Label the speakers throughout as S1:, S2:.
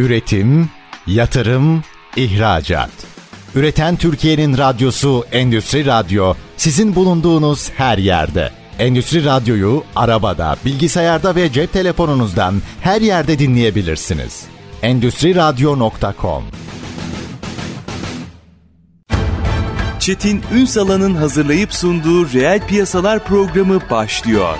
S1: Üretim, yatırım, ihracat. Üreten Türkiye'nin radyosu Endüstri Radyo, sizin bulunduğunuz her yerde. Endüstri Radyo'yu arabada, bilgisayarda ve cep telefonunuzdan her yerde dinleyebilirsiniz. Endüstriradyo.com.
S2: Çetin Ünsal'ın hazırlayıp sunduğu Reel Piyasalar programı başlıyor.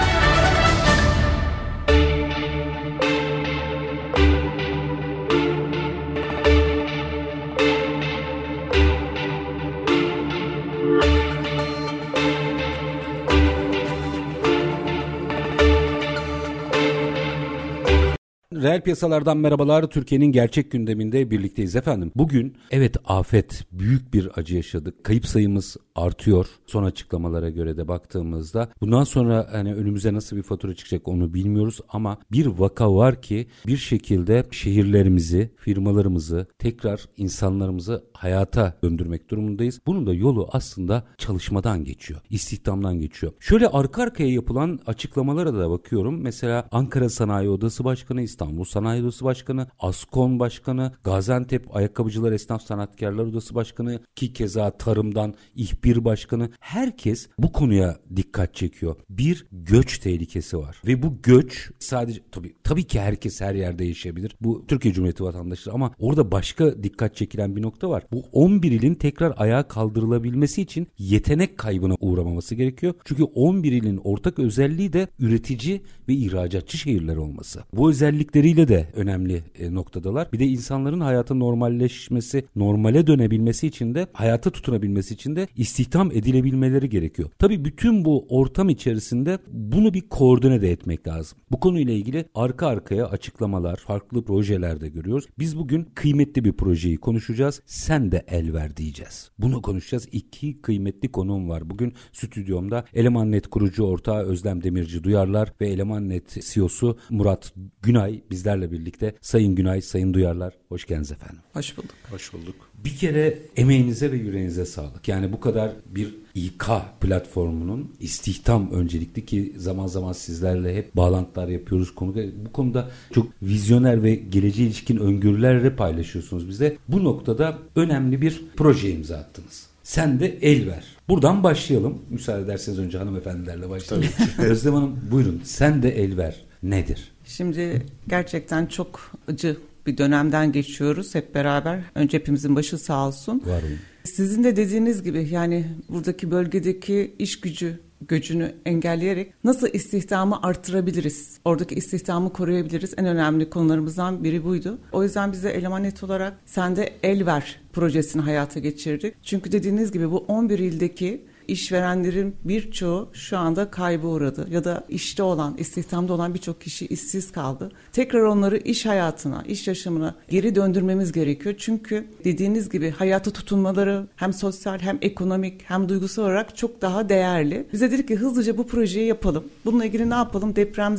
S3: Reel piyasalardan merhabalar. Türkiye'nin gerçek gündeminde birlikteyiz efendim. Bugün evet afet, büyük bir acı yaşadık. Kayıp sayımız artıyor. Son açıklamalara göre de baktığımızda bundan sonra hani önümüze nasıl bir fatura çıkacak onu bilmiyoruz ama bir vaka var ki bir şekilde şehirlerimizi, firmalarımızı, tekrar insanlarımızı hayata döndürmek durumundayız. Bunun da yolu aslında çalışmadan geçiyor, istihdamdan geçiyor. Şöyle arka arkaya yapılan açıklamalara da bakıyorum. Mesela Ankara Sanayi Odası Başkanı, İstanbul Sanayi Odası Başkanı, Askom Başkanı, Gaziantep Ayakkabıcılar Esnaf Sanatkarlar Odası Başkanı ki keza tarımdan İhbir Başkanı, herkes bu konuya dikkat çekiyor. Bir göç tehlikesi var ve bu göç sadece tabii ki herkes her yerde yaşayabilir. Bu Türkiye Cumhuriyeti vatandaşları ama orada başka dikkat çekilen bir nokta var. Bu 11 ilin tekrar ayağa kaldırılabilmesi için yetenek kaybına uğramaması gerekiyor. Çünkü 11 ilin ortak özelliği de üretici ve ihracatçı şehirler olması. Bu özellikleriyle de önemli noktadalar. Bir de insanların hayatın normalleşmesi, normale dönebilmesi için de, hayata tutunabilmesi için de istihdam edilebilmeleri gerekiyor. Tabii bütün bu ortam içerisinde bunu bir koordine de etmek lazım. Bu konuyla ilgili arka arkaya açıklamalar, farklı projelerde görüyoruz. Biz bugün kıymetli bir projeyi konuşacağız. Sen de el ver diyeceğiz. Bunu konuşacağız. İki kıymetli konuğum var. Bugün stüdyomda Elemannet kurucu ortağı Özlem Demirci Duyarlar ve Elemannet CEO'su Murat Günay bizlerle birlikte. Sayın Günay, Sayın Duyarlar, hoş geldiniz efendim.
S4: Hoş bulduk.
S3: Hoş bulduk. Bir kere emeğinize ve yüreğinize sağlık. Yani bu kadar bir İK platformunun istihdam öncelikli ki zaman zaman sizlerle hep bağlantılar yapıyoruz. Bu konuda çok vizyoner ve geleceğe ilişkin öngörülerle paylaşıyorsunuz bize. Bu noktada önemli bir proje imza attınız. Sen de el ver. Buradan başlayalım. Müsaade ederseniz önce hanımefendilerle başlayalım. Özlem Hanım buyurun. Sen de el ver. Nedir?
S4: Şimdi gerçekten çok acı bir dönemden geçiyoruz hep beraber. Önce hepimizin başı sağ olsun.
S3: Var olun.
S4: Sizin de dediğiniz gibi yani buradaki bölgedeki iş gücü göçünü engelleyerek nasıl istihdamı arttırabiliriz? Oradaki istihdamı koruyabiliriz. En önemli konularımızdan biri buydu. O yüzden biz de Elemannet olarak Sen de El Ver projesini hayata geçirdik. Çünkü dediğiniz gibi bu 11 ildeki İşverenlerin birçoğu şu anda kayba uğradı ya da işte olan, istihdamda olan birçok kişi işsiz kaldı. Tekrar onları iş hayatına, iş yaşamına geri döndürmemiz gerekiyor. Çünkü dediğiniz gibi hayata tutunmaları hem sosyal hem ekonomik hem duygusal olarak çok daha değerli. Bize dedik ki hızlıca bu projeyi yapalım. Bununla ilgili ne yapalım?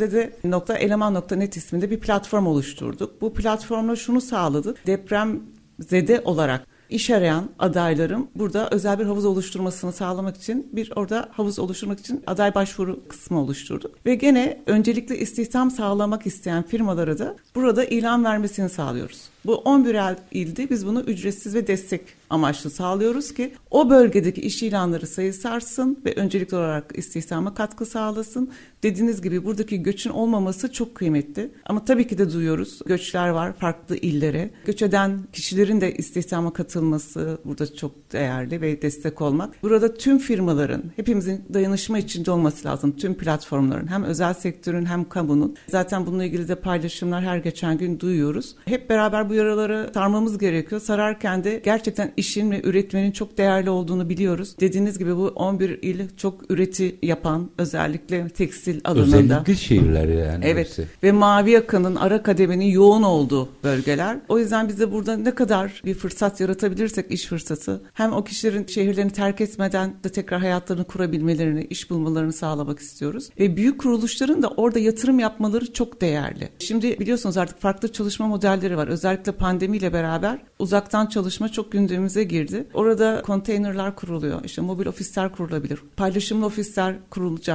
S4: Depremzede.eleman.net isminde bir platform oluşturduk. Bu platformla şunu sağladık. Depremzede olarak İş arayan adayların burada özel bir havuz oluşturmasını sağlamak için orada havuz oluşturmak için aday başvuru kısmı oluşturduk. Ve gene öncelikle istihdam sağlamak isteyen firmalara da burada ilan vermesini sağlıyoruz. Bu 11 ilde biz bunu ücretsiz ve destek amaçlı sağlıyoruz ki o bölgedeki iş ilanları sayısı artsın ve öncelikli olarak istihdama katkı sağlasın. Dediğiniz gibi buradaki göçün olmaması çok kıymetli. Ama tabii ki de duyuyoruz. Göçler var farklı illere. Göç eden kişilerin de istihdama katılması burada çok değerli ve destek olmak. Burada tüm firmaların, hepimizin dayanışma içinde olması lazım. Tüm platformların hem özel sektörün hem kamunun. Zaten bununla ilgili de paylaşımlar her geçen gün duyuyoruz. Hep beraber bu yaraları sarmamız gerekiyor. Sararken de gerçekten işin ve üretmenin çok değerli olduğunu biliyoruz. Dediğiniz gibi bu 11 il çok üreti yapan, özellikle tekstil alanında.
S3: Özellikle şehirler yani.
S4: Evet
S3: hepsi.
S4: Ve mavi yakanın, ara kademenin yoğun olduğu bölgeler. O yüzden biz de burada ne kadar bir fırsat yaratabilirsek iş fırsatı, hem o kişilerin şehirlerini terk etmeden de tekrar hayatlarını kurabilmelerini, iş bulmalarını sağlamak istiyoruz. Ve büyük kuruluşların da orada yatırım yapmaları çok değerli. Şimdi biliyorsunuz artık farklı çalışma modelleri var. Özellikle pandemiyle beraber uzaktan çalışma çok gündemimize girdi. Orada konteynerler kuruluyor. İşte mobil ofisler kurulabilir. Paylaşımlı ofisler kurulacak.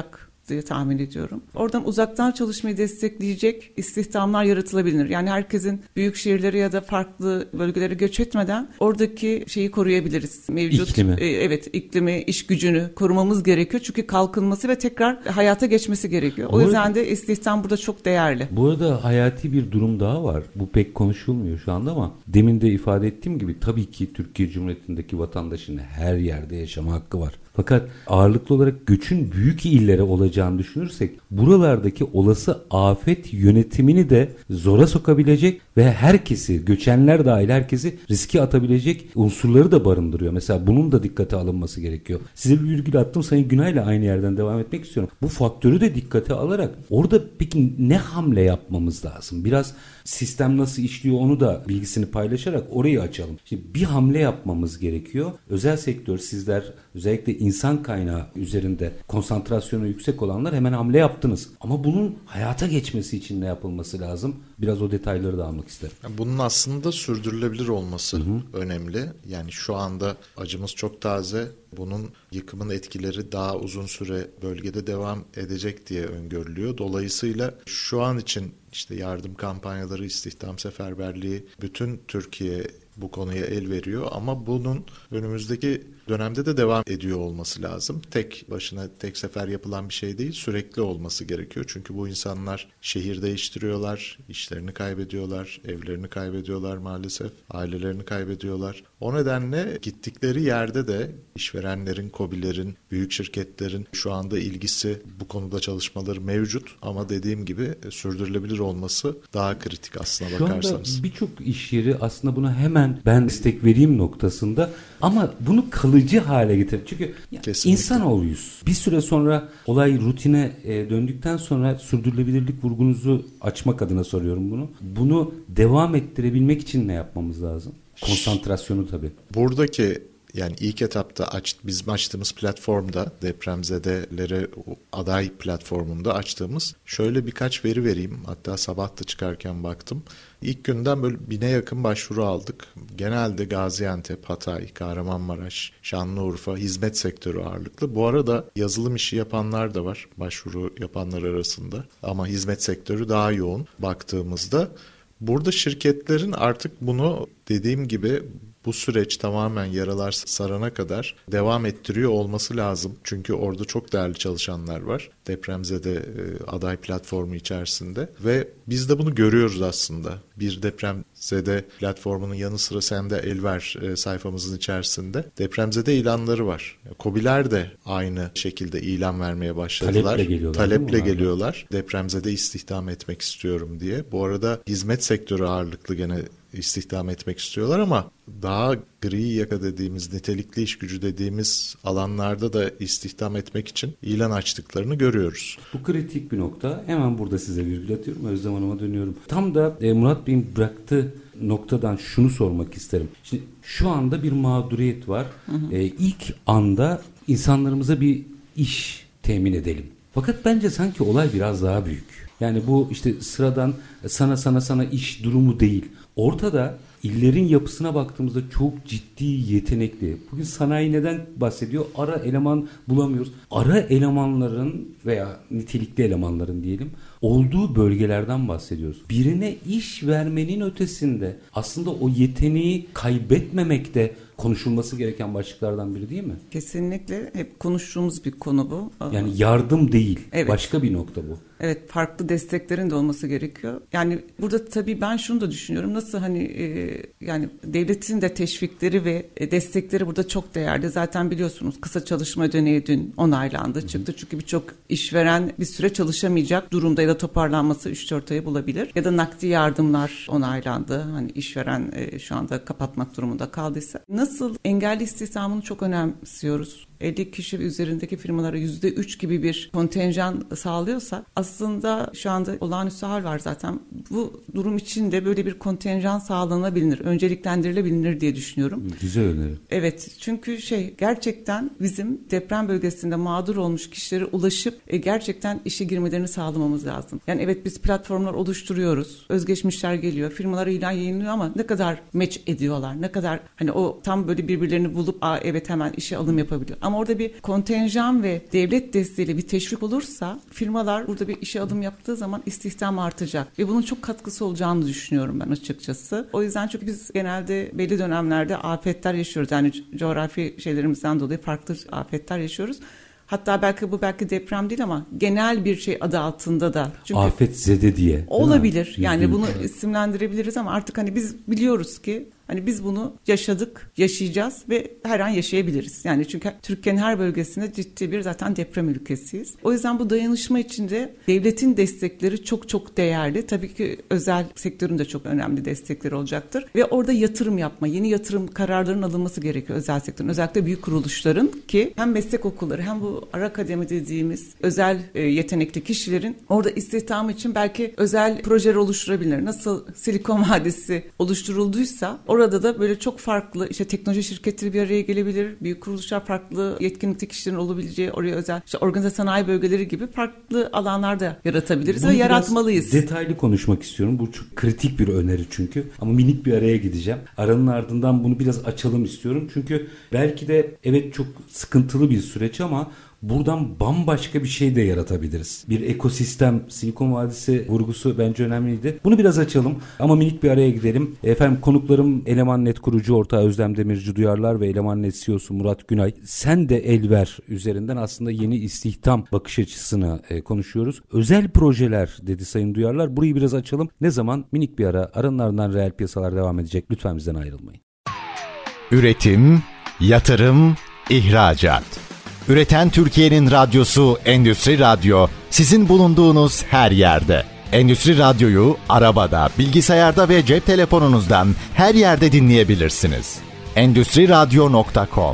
S4: diye tahmin ediyorum. Oradan uzaktan çalışmayı destekleyecek istihdamlar yaratılabilir. Yani herkesin büyük şehirlere ya da farklı bölgelere göç etmeden oradaki şeyi koruyabiliriz. Mevcut iklimi, iş gücünü korumamız gerekiyor. Çünkü kalkınması ve tekrar hayata geçmesi gerekiyor. O yüzden de istihdam burada çok değerli.
S3: Bu arada hayati bir durum daha var. Bu pek konuşulmuyor şu anda ama demin de ifade ettiğim gibi tabii ki Türkiye Cumhuriyeti'ndeki vatandaşın her yerde yaşama hakkı var. Fakat ağırlıklı olarak göçün büyük illere olacağını düşünürsek buralardaki olası afet yönetimini de zora sokabilecek ve herkesi, göçenler dahil herkesi riske atabilecek unsurları da barındırıyor. Mesela bunun da dikkate alınması gerekiyor. Size bir virgül attım, Sayın Günay'la aynı yerden devam etmek istiyorum. Bu faktörü de dikkate alarak orada peki ne hamle yapmamız lazım? Biraz sistem nasıl işliyor onu da bilgisini paylaşarak orayı açalım. Şimdi bir hamle yapmamız gerekiyor. Özel sektör, sizler özellikle insan kaynağı üzerinde konsantrasyonu yüksek olanlar hemen hamle yaptınız. Ama bunun hayata geçmesi için ne yapılması lazım? Biraz o detayları da almak isterim.
S5: Bunun aslında sürdürülebilir olması önemli. Yani şu anda acımız çok taze. Bunun yıkımın etkileri daha uzun süre bölgede devam edecek diye öngörülüyor. Dolayısıyla şu an için işte yardım kampanyaları, istihdam seferberliği, bütün Türkiye bu konuya el veriyor ama bunun önümüzdeki dönemde de devam ediyor olması lazım. Tek başına tek sefer yapılan bir şey değil, sürekli olması gerekiyor. Çünkü bu insanlar şehir değiştiriyorlar, işlerini kaybediyorlar, evlerini kaybediyorlar maalesef, ailelerini kaybediyorlar. O nedenle gittikleri yerde de işverenlerin, KOBİ'lerin, büyük şirketlerin şu anda ilgisi, bu konuda çalışmaları mevcut ama dediğim gibi sürdürülebilir olması daha kritik aslına bakarsanız.
S3: Şu anda birçok iş yeri aslında buna hemen ben destek vereyim noktasında ama bunu kalıcı hale getir. Çünkü insanoğluyuz. Bir süre sonra olay rutine döndükten sonra sürdürülebilirlik vurgunuzu açmak adına soruyorum bunu. Bunu devam ettirebilmek için ne yapmamız lazım? Konsantrasyonu tabii.
S5: Buradaki yani ilk etapta bizim açtığımız platformda, depremzedelere aday platformunda açtığımız şöyle birkaç veri vereyim. Hatta sabah da çıkarken baktım. İlk günden böyle 1000'e yakın başvuru aldık. Genelde Gaziantep, Hatay, Kahramanmaraş, Şanlıurfa, hizmet sektörü ağırlıklı. Bu arada yazılım işi yapanlar da var başvuru yapanlar arasında. Ama hizmet sektörü daha yoğun baktığımızda. Burada şirketlerin artık bunu dediğim gibi bu süreç tamamen yaralar sarana kadar devam ettiriyor olması lazım. Çünkü orada çok değerli çalışanlar var. Depremzede aday platformu içerisinde ve biz de bunu görüyoruz aslında. Bir depremzede platformunun yanı sıra Sen de El Ver sayfamızın içerisinde depremzede ilanları var. KOBİ'ler de aynı şekilde ilan vermeye başladılar. Taleple geliyorlar. Depremzede istihdam etmek istiyorum diye. Bu arada hizmet sektörü ağırlıklı gene istihdam etmek istiyorlar ama daha gri yaka dediğimiz, nitelikli iş gücü dediğimiz alanlarda da istihdam etmek için ilan açtıklarını görüyoruz.
S3: Bu kritik bir nokta. Hemen burada size virgül atıyorum. Özlem Hanım'a dönüyorum. Tam da Murat Bey'in bıraktığı noktadan şunu sormak isterim. Şimdi şu anda bir mağduriyet var. İlk anda insanlarımıza bir iş temin edelim. Fakat bence sanki olay biraz daha büyük. Yani bu işte sıradan sana iş durumu değil. Ortada illerin yapısına baktığımızda çok ciddi yetenekli. Bugün sanayi neden bahsediyor? Ara eleman bulamıyoruz. Ara elemanların veya nitelikli elemanların diyelim olduğu bölgelerden bahsediyoruz. Birine iş vermenin ötesinde aslında o yeteneği kaybetmemek de konuşulması gereken başlıklardan biri değil mi?
S4: Kesinlikle. Hep konuştuğumuz bir konu bu.
S3: Yani yardım değil.
S4: Evet.
S3: Başka bir nokta bu.
S4: Evet, farklı desteklerin de olması gerekiyor. Yani burada tabii ben şunu da düşünüyorum. Nasıl yani devletin de teşvikleri ve destekleri burada çok değerli. Zaten biliyorsunuz kısa çalışma ödeneği dün onaylandı, çıktı. Çünkü birçok işveren bir süre çalışamayacak durumda ya da toparlanması 3-4 ayı bulabilir. Ya da nakdi yardımlar onaylandı. Hani işveren şu anda kapatmak durumunda kaldıysa. Nasıl engelli istihdamını çok önemsiyoruz. 50 kişi üzerindeki firmalara %3 gibi bir kontenjan sağlıyorsa aslında şu anda olağanüstü hal var zaten. Bu durum için de böyle bir kontenjan sağlanabilir, önceliklendirilebilir diye düşünüyorum.
S3: Güzel öneri.
S4: Evet, çünkü gerçekten bizim deprem bölgesinde mağdur olmuş kişilere ulaşıp gerçekten işe girmelerini sağlamamız lazım. Yani evet, biz platformlar oluşturuyoruz, özgeçmişler geliyor, firmalar ilan yayınlıyor ama ne kadar match ediyorlar, ne kadar hani o tam böyle birbirlerini bulup evet hemen işe alım yapabiliyor. Ama orada bir kontenjan ve devlet desteğiyle bir teşvik olursa firmalar burada bir işe adım yaptığı zaman istihdam artacak. Ve bunun çok katkısı olacağını düşünüyorum ben açıkçası. O yüzden çünkü biz genelde belli dönemlerde afetler yaşıyoruz. Yani coğrafi şeylerimizden dolayı farklı afetler yaşıyoruz. Hatta belki deprem değil ama genel bir şey adı altında da. Çünkü
S3: afetzede diye.
S4: Olabilir. Yani bunu isimlendirebiliriz ama artık hani biz biliyoruz ki hani biz bunu yaşadık, yaşayacağız ve her an yaşayabiliriz. Yani çünkü Türkiye'nin her bölgesinde ciddi bir zaten deprem ülkesiyiz. O yüzden bu dayanışma içinde devletin destekleri çok çok değerli. Tabii ki özel sektörün de çok önemli destekleri olacaktır. Ve orada yatırım yapma, yeni yatırım kararlarının alınması gerekiyor özel sektörün. Özellikle büyük kuruluşların ki hem meslek okulları hem bu ara akademi dediğimiz özel yetenekli kişilerin orada istihdamı için belki özel projeler oluşturabilir. Nasıl Silikon Vadisi oluşturulduysa orada da böyle çok farklı işte teknoloji şirketleri bir araya gelebilir. Büyük kuruluşlar farklı yetkinlikli kişilerin olabileceği oraya özel işte organize sanayi bölgeleri gibi farklı alanlarda yaratabiliriz ve yaratmalıyız.
S3: Detaylı konuşmak istiyorum. Bu çok kritik bir öneri çünkü. Ama minik bir araya gideceğim. Aranın ardından bunu biraz açalım istiyorum. Çünkü belki de evet çok sıkıntılı bir süreç ama buradan bambaşka bir şey de yaratabiliriz. Bir ekosistem, Silikon Vadisi vurgusu bence önemliydi. Bunu biraz açalım ama minik bir araya gidelim. Efendim konuklarım Eleman.net kurucu ortağı Özlem Demirci Duyarlar ve Eleman.net CEO'su Murat Günay. Sen de el ver üzerinden aslında yeni istihdam bakış açısını konuşuyoruz. Özel projeler dedi Sayın Duyarlar. Burayı biraz açalım. Ne zaman? Minik bir ara. Aranın ardından reel piyasalar devam edecek. Lütfen bizden ayrılmayın.
S1: Üretim, yatırım, ihracat. Üreten Türkiye'nin radyosu Endüstri Radyo, sizin bulunduğunuz her yerde. Endüstri Radyo'yu arabada, bilgisayarda ve cep telefonunuzdan her yerde dinleyebilirsiniz. Endüstriradyo.com.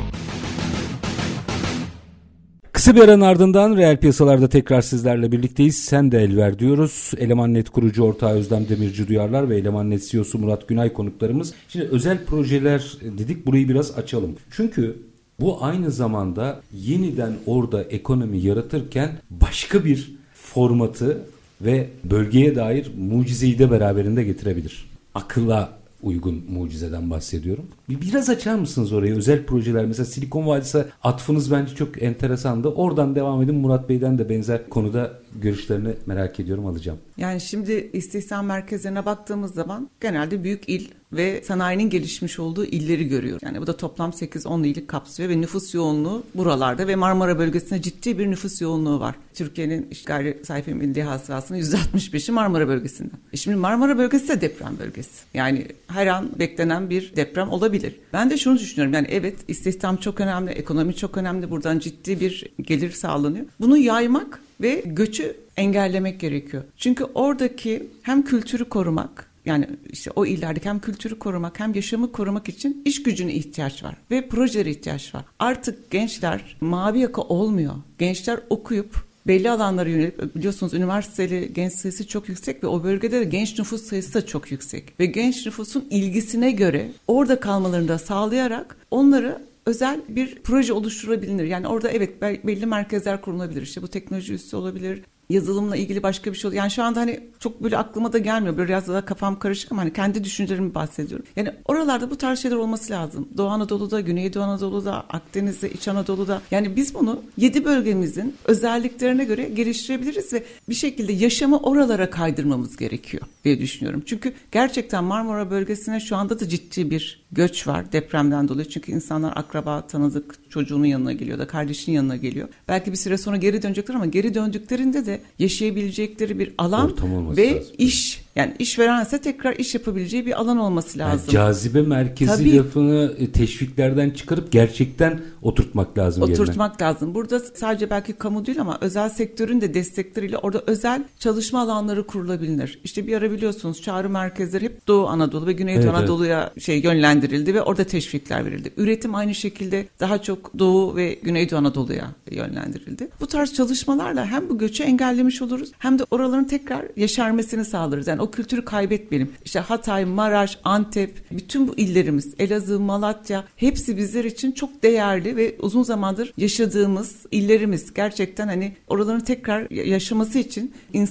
S3: Kısa bir aranın ardından reel piyasalarda tekrar sizlerle birlikteyiz. Sen de el ver diyoruz. Eleman.net kurucu ortağı Özlem Demirci Duyarlar ve Eleman.net CEO'su Murat Günay konuklarımız. Şimdi özel projeler dedik, burayı biraz açalım. Çünkü bu aynı zamanda yeniden orada ekonomi yaratırken başka bir formatı ve bölgeye dair mucizeyi de beraberinde getirebilir. Akılla uygun mucizeden bahsediyorum. Biraz açar mısınız orayı? Özel projeler mesela Silikon Vadisi atfınız bence çok enteresandı. Oradan devam edin. Murat Bey'den de benzer konuda görüşlerini merak ediyorum, alacağım.
S4: Yani şimdi istihdam merkezlerine baktığımız zaman genelde büyük il ve sanayinin gelişmiş olduğu illeri görüyoruz. Yani bu da toplam 8-10 ili kapsıyor ve nüfus yoğunluğu buralarda ve Marmara bölgesinde ciddi bir nüfus yoğunluğu var. Türkiye'nin gayri safi milli hasılasının %65'i Marmara bölgesinde. Şimdi Marmara bölgesi de deprem bölgesi. Yani her an beklenen bir deprem olabilir. Ben de şunu düşünüyorum. Yani evet, istihdam çok önemli, ekonomi çok önemli. Buradan ciddi bir gelir sağlanıyor. Bunu yaymak ve göçü engellemek gerekiyor. Çünkü oradaki hem kültürü korumak, yani işte o illerdeki hem kültürü korumak hem yaşamı korumak için iş gücüne ihtiyaç var ve projelere ihtiyaç var. Artık gençler mavi yaka olmuyor. Gençler okuyup belli alanlara yönelip, biliyorsunuz üniversiteli genç sayısı çok yüksek ve o bölgede de genç nüfus sayısı da çok yüksek. Ve genç nüfusun ilgisine göre orada kalmalarını da sağlayarak onları özel bir proje oluşturulabilir. Yani orada evet belli merkezler kurulabilir. İşte bu teknoloji üssü olabilir. Yazılımla ilgili başka bir şey oluyor. Yani şu anda hani çok böyle aklıma da gelmiyor. Böyle biraz daha kafam karışık ama hani kendi düşüncelerimi bahsediyorum. Yani oralarda bu tarz şeyler olması lazım. Doğu Anadolu'da, Güneydoğu Anadolu'da, Akdeniz'de, İç Anadolu'da. Yani biz bunu 7 bölgemizin özelliklerine göre geliştirebiliriz ve bir şekilde yaşamı oralara kaydırmamız gerekiyor diye düşünüyorum. Çünkü gerçekten Marmara bölgesine şu anda da ciddi bir göç var depremden dolayı. Çünkü insanlar akraba, tanıdık çocuğunun yanına geliyor da kardeşinin yanına geliyor. Belki bir süre sonra geri dönecekler ama geri döndüklerinde de yaşayabilecekleri bir alan ve lazım. İş, yani işverense tekrar iş yapabileceği bir alan olması lazım. Yani
S3: cazibe merkezi tabii, lafını teşviklerden çıkarıp gerçekten oturtmak lazım.
S4: Oturtmak lazım. Burada sadece belki kamu değil ama özel sektörün de destekleriyle orada özel çalışma alanları kurulabilir. İşte bir ara biliyorsunuz çağrı merkezleri hep Doğu Anadolu ve Güneydoğu Anadolu'ya yönlendirildi ve orada teşvikler verildi. Üretim aynı şekilde daha çok Doğu ve Güneydoğu Anadolu'ya yönlendirildi. Bu tarz çalışmalarla hem bu göçü engellemiş oluruz hem de oraların tekrar yeşermesini sağlarız. Yani o kültürü kaybetmeyelim. İşte Hatay, Maraş, Antep, bütün bu illerimiz, Elazığ, Malatya hepsi bizler için çok değerli ve uzun zamandır yaşadığımız illerimiz. Gerçekten hani oraların tekrar yaşaması için insan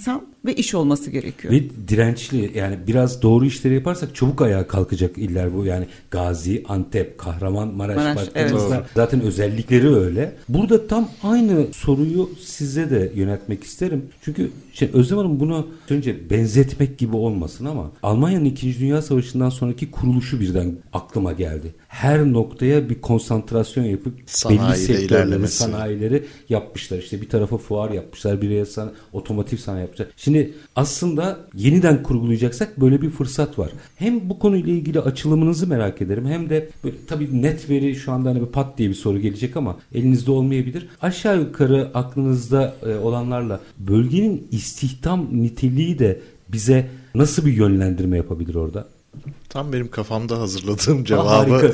S4: ve iş olması gerekiyor.
S3: Ve dirençli, yani biraz doğru işleri yaparsak çabuk ayağa kalkacak iller bu. Yani Gazi, Antep, Kahramanmaraş baktığımızda zaten özellikleri öyle. Burada tam aynı soruyu size de yöneltmek isterim. Çünkü Özlem Hanım bunu önce benzetmek gibi olmasın ama Almanya'nın 2. Dünya Savaşı'ndan sonraki kuruluşu birden aklıma geldi. Her noktaya bir konsantrasyon yapıp belli sektörleri, sanayileri yapmışlar. İşte bir tarafa fuar yapmışlar, bir yere otomotiv sanayi yapmışlar. Şimdi aslında yeniden kurgulayacaksak böyle bir fırsat var. Hem bu konuyla ilgili açılımınızı merak ederim, hem de böyle, tabii net veri şu anda hani bir pat diye bir soru gelecek ama elinizde olmayabilir. Aşağı yukarı aklınızda olanlarla bölgenin istihdam niteliği de bize nasıl bir yönlendirme yapabilir orada?
S5: Tam benim kafamda hazırladığım cevabı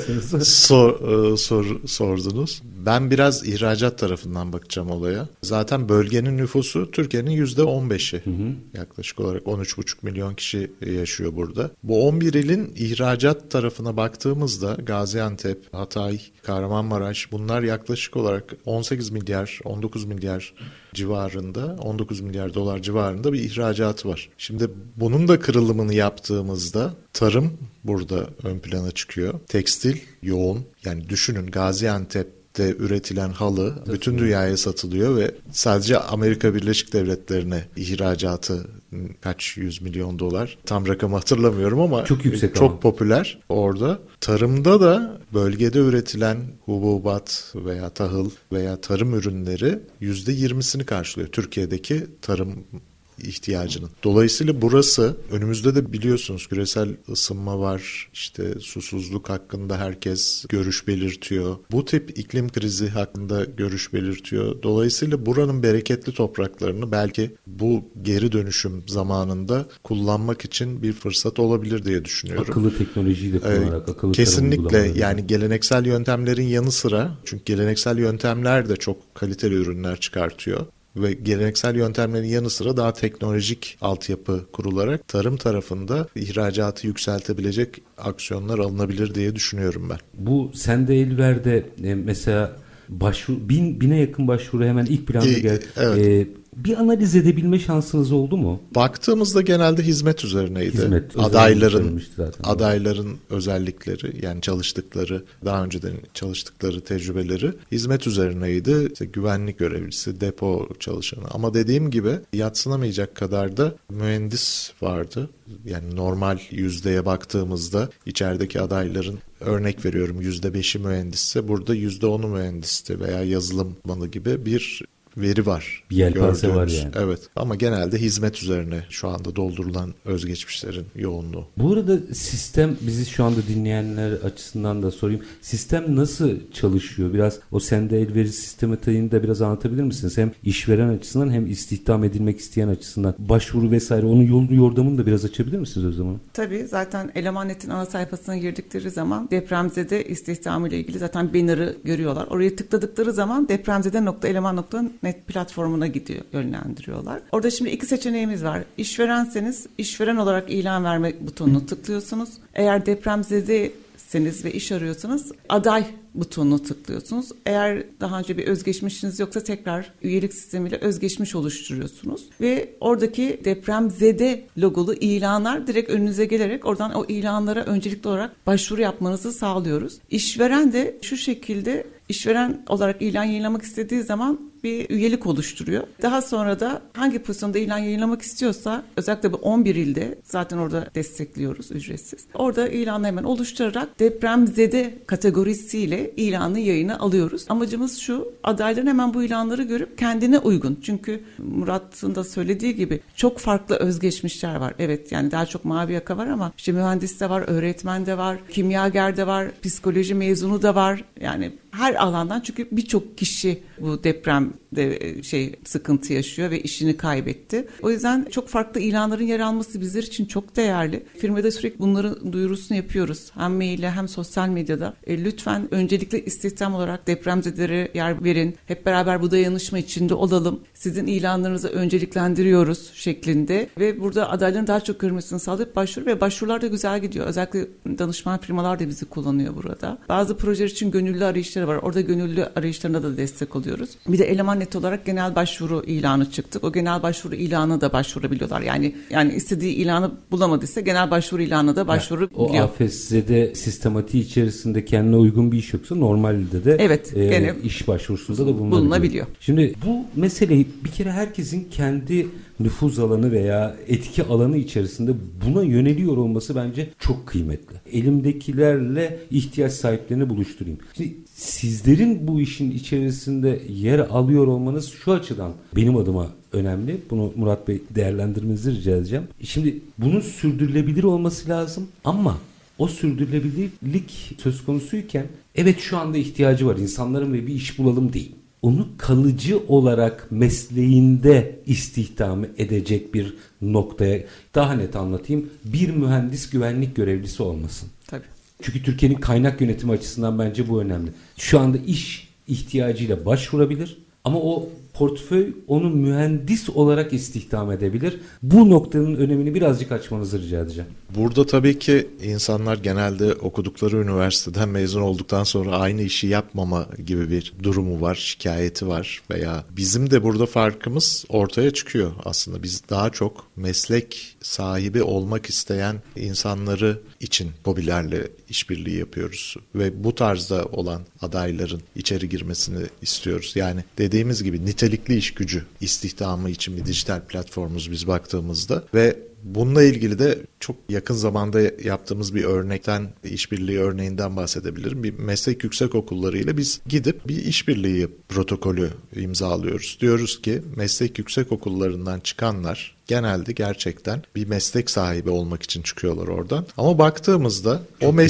S5: sordunuz. Ben biraz ihracat tarafından bakacağım olaya. Zaten bölgenin nüfusu Türkiye'nin %15'i. Yaklaşık olarak 13,5 milyon kişi yaşıyor burada. Bu 11 ilin ihracat tarafına baktığımızda Gaziantep, Hatay, Kahramanmaraş, bunlar yaklaşık olarak 18 milyar, 19 milyar civarında, 19 milyar dolar civarında bir ihracatı var. Şimdi bunun da kırılımını yaptığımızda tarım burada ön plana çıkıyor. Tekstil yoğun. Yani düşünün, Gaziantep'te üretilen halı bütün dünyaya satılıyor ve sadece Amerika Birleşik Devletleri'ne ihracatı kaç 100 milyon dolar. Tam rakamı hatırlamıyorum ama
S3: çok yüksek,
S5: çok popüler orada. Tarımda da bölgede üretilen hububat veya tahıl veya tarım ürünleri %20'sini karşılıyor Türkiye'deki tarım ihtiyacının. Dolayısıyla burası, önümüzde de biliyorsunuz küresel ısınma var. İşte susuzluk hakkında herkes görüş belirtiyor. Bu tip iklim krizi hakkında görüş belirtiyor. Dolayısıyla buranın bereketli topraklarını belki bu geri dönüşüm zamanında kullanmak için bir fırsat olabilir diye düşünüyorum.
S3: Akıllı teknolojiyi de kullanarak, akıllı
S5: kesinlikle, yani geleneksel yöntemlerin yanı sıra, çünkü geleneksel yöntemler de çok kaliteli ürünler çıkartıyor. Ve geleneksel yöntemlerin yanı sıra daha teknolojik altyapı kurularak tarım tarafında ihracatı yükseltebilecek aksiyonlar alınabilir diye düşünüyorum ben.
S3: Bu Sende Elver'de mesela bine yakın başvuru hemen ilk planda geldi.
S5: Evet.
S3: Bir analiz edebilme şansınız oldu mu?
S5: Baktığımızda genelde hizmet üzerineydi. Adayların özellikleri, yani çalıştıkları, daha önceden çalıştıkları tecrübeleri hizmet üzerineydi. İşte güvenlik görevlisi, depo çalışanı. Ama dediğim gibi yadsınamayacak kadar da mühendis vardı. Yani normal yüzdeye baktığımızda içerideki adayların, örnek veriyorum, %5'i mühendisse, burada %10'u mühendisti veya yazılım malı gibi bir veri var.
S3: Bir yelpaze var yani.
S5: Evet, ama genelde hizmet üzerine şu anda doldurulan özgeçmişlerin yoğunluğu.
S3: Bu arada sistem, bizi şu anda dinleyenler açısından da sorayım. Sistem nasıl çalışıyor? Biraz o Sende Elver'i sistematiğini de biraz anlatabilir misiniz? Hem işveren açısından hem istihdam edilmek isteyen açısından başvuru vesaire, onun yolu yordamını da biraz açabilir misiniz o zaman?
S4: Tabii, zaten Eleman.net'in ana sayfasına girdikleri zaman depremzede istihdamı ile ilgili zaten banner'ı görüyorlar. Oraya tıkladıkları zaman depremzede.eleman.net platformuna gidiyor, yönlendiriyorlar. Orada şimdi iki seçeneğimiz var. İşverenseniz işveren olarak ilan verme butonunu tıklıyorsunuz. Eğer depremzedeseniz ve iş arıyorsanız aday butonunu tıklıyorsunuz. Eğer daha önce bir özgeçmişiniz yoksa tekrar üyelik sistemiyle özgeçmiş oluşturuyorsunuz. Ve oradaki depremzede logolu ilanlar direkt önünüze gelerek oradan o ilanlara öncelikli olarak başvuru yapmanızı sağlıyoruz. İşveren de şu şekilde, işveren olarak ilan yayınlamak istediği zaman bir üyelik oluşturuyor. Daha sonra da hangi pozisyonda ilan yayınlamak istiyorsa, özellikle bu 11 ilde zaten orada destekliyoruz ücretsiz. Orada ilanı hemen oluşturarak depremzede kategorisiyle ilanı yayına alıyoruz. Amacımız şu: adayların hemen bu ilanları görüp kendine uygun. Çünkü Murat'ın da söylediği gibi çok farklı özgeçmişler var. Evet, yani daha çok mavi yaka var ama işte mühendis de var, öğretmen de var, kimyager de var, psikoloji mezunu da var. Yani her alandan, çünkü birçok kişi bu depremde sıkıntı yaşıyor ve işini kaybetti. O yüzden çok farklı ilanların yer alması bizler için çok değerli. Firmada sürekli bunların duyurusunu yapıyoruz. Hem maille hem sosyal medyada. Lütfen öncelikle istihdam olarak depremzedelere yer verin. Hep beraber bu dayanışma içinde olalım. Sizin ilanlarınızı önceliklendiriyoruz şeklinde ve burada adayların daha çok görmesini sağlayıp başvuru, ve başvurular da güzel gidiyor. Özellikle danışman firmalar da bizi kullanıyor burada. Bazı projeler için gönüllü arayışlar süreçleri var. Orada gönüllü arayışlarına da destek oluyoruz. Bir de Eleman.net olarak genel başvuru ilanı çıktık. O genel başvuru ilanına da başvurabiliyorlar. Yani istediği ilanı bulamadıysa genel başvuru ilanına da başvurabiliyor.
S3: O AFS'de sistematiği içerisinde kendine uygun bir iş yoksa normalde de iş başvurusunda da bulunabiliyor. Şimdi bu meseleyi bir kere herkesin kendi nüfuz alanı veya etki alanı içerisinde buna yöneliyor olması bence çok kıymetli. Elimdekilerle ihtiyaç sahiplerini buluşturayım. Şimdi sizlerin bu işin içerisinde yer alıyor olmanız şu açıdan benim adıma önemli. Bunu Murat Bey değerlendirmenizi rica edeceğim. Şimdi bunun sürdürülebilir olması lazım ama o sürdürülebilirlik söz konusuyken evet şu anda ihtiyacı var insanların ve bir iş bulalım değil. Onu kalıcı olarak mesleğinde istihdam edecek bir noktaya, daha net anlatayım, bir mühendis güvenlik görevlisi olmasın.
S4: Tabii.
S3: Çünkü Türkiye'nin kaynak yönetimi açısından bence bu önemli. Şu anda iş ihtiyacıyla başvurabilir ama o portföy onu mühendis olarak istihdam edebilir. Bu noktanın önemini birazcık açmanızı rica edeceğim.
S5: Burada tabii ki insanlar genelde okudukları üniversiteden mezun olduktan sonra aynı işi yapmama gibi bir durumu var, şikayeti var veya bizim de burada farkımız ortaya çıkıyor aslında. Biz daha çok meslek sahibi olmak isteyen insanları için KOBİ'lerle işbirliği yapıyoruz ve bu tarzda olan adayların içeri girmesini istiyoruz. Yani dediğimiz gibi nitelikli iş gücü istihdamı için bir dijital platformumuz biz baktığımızda ve bununla ilgili de çok yakın zamanda yaptığımız bir örnekten, işbirliği örneğinden bahsedebilirim. Bir meslek yüksekokulları ile biz gidip bir işbirliği protokolü imzalıyoruz. Diyoruz ki meslek yüksekokullarından çıkanlar genelde gerçekten bir meslek sahibi olmak için çıkıyorlar oradan. Ama baktığımızda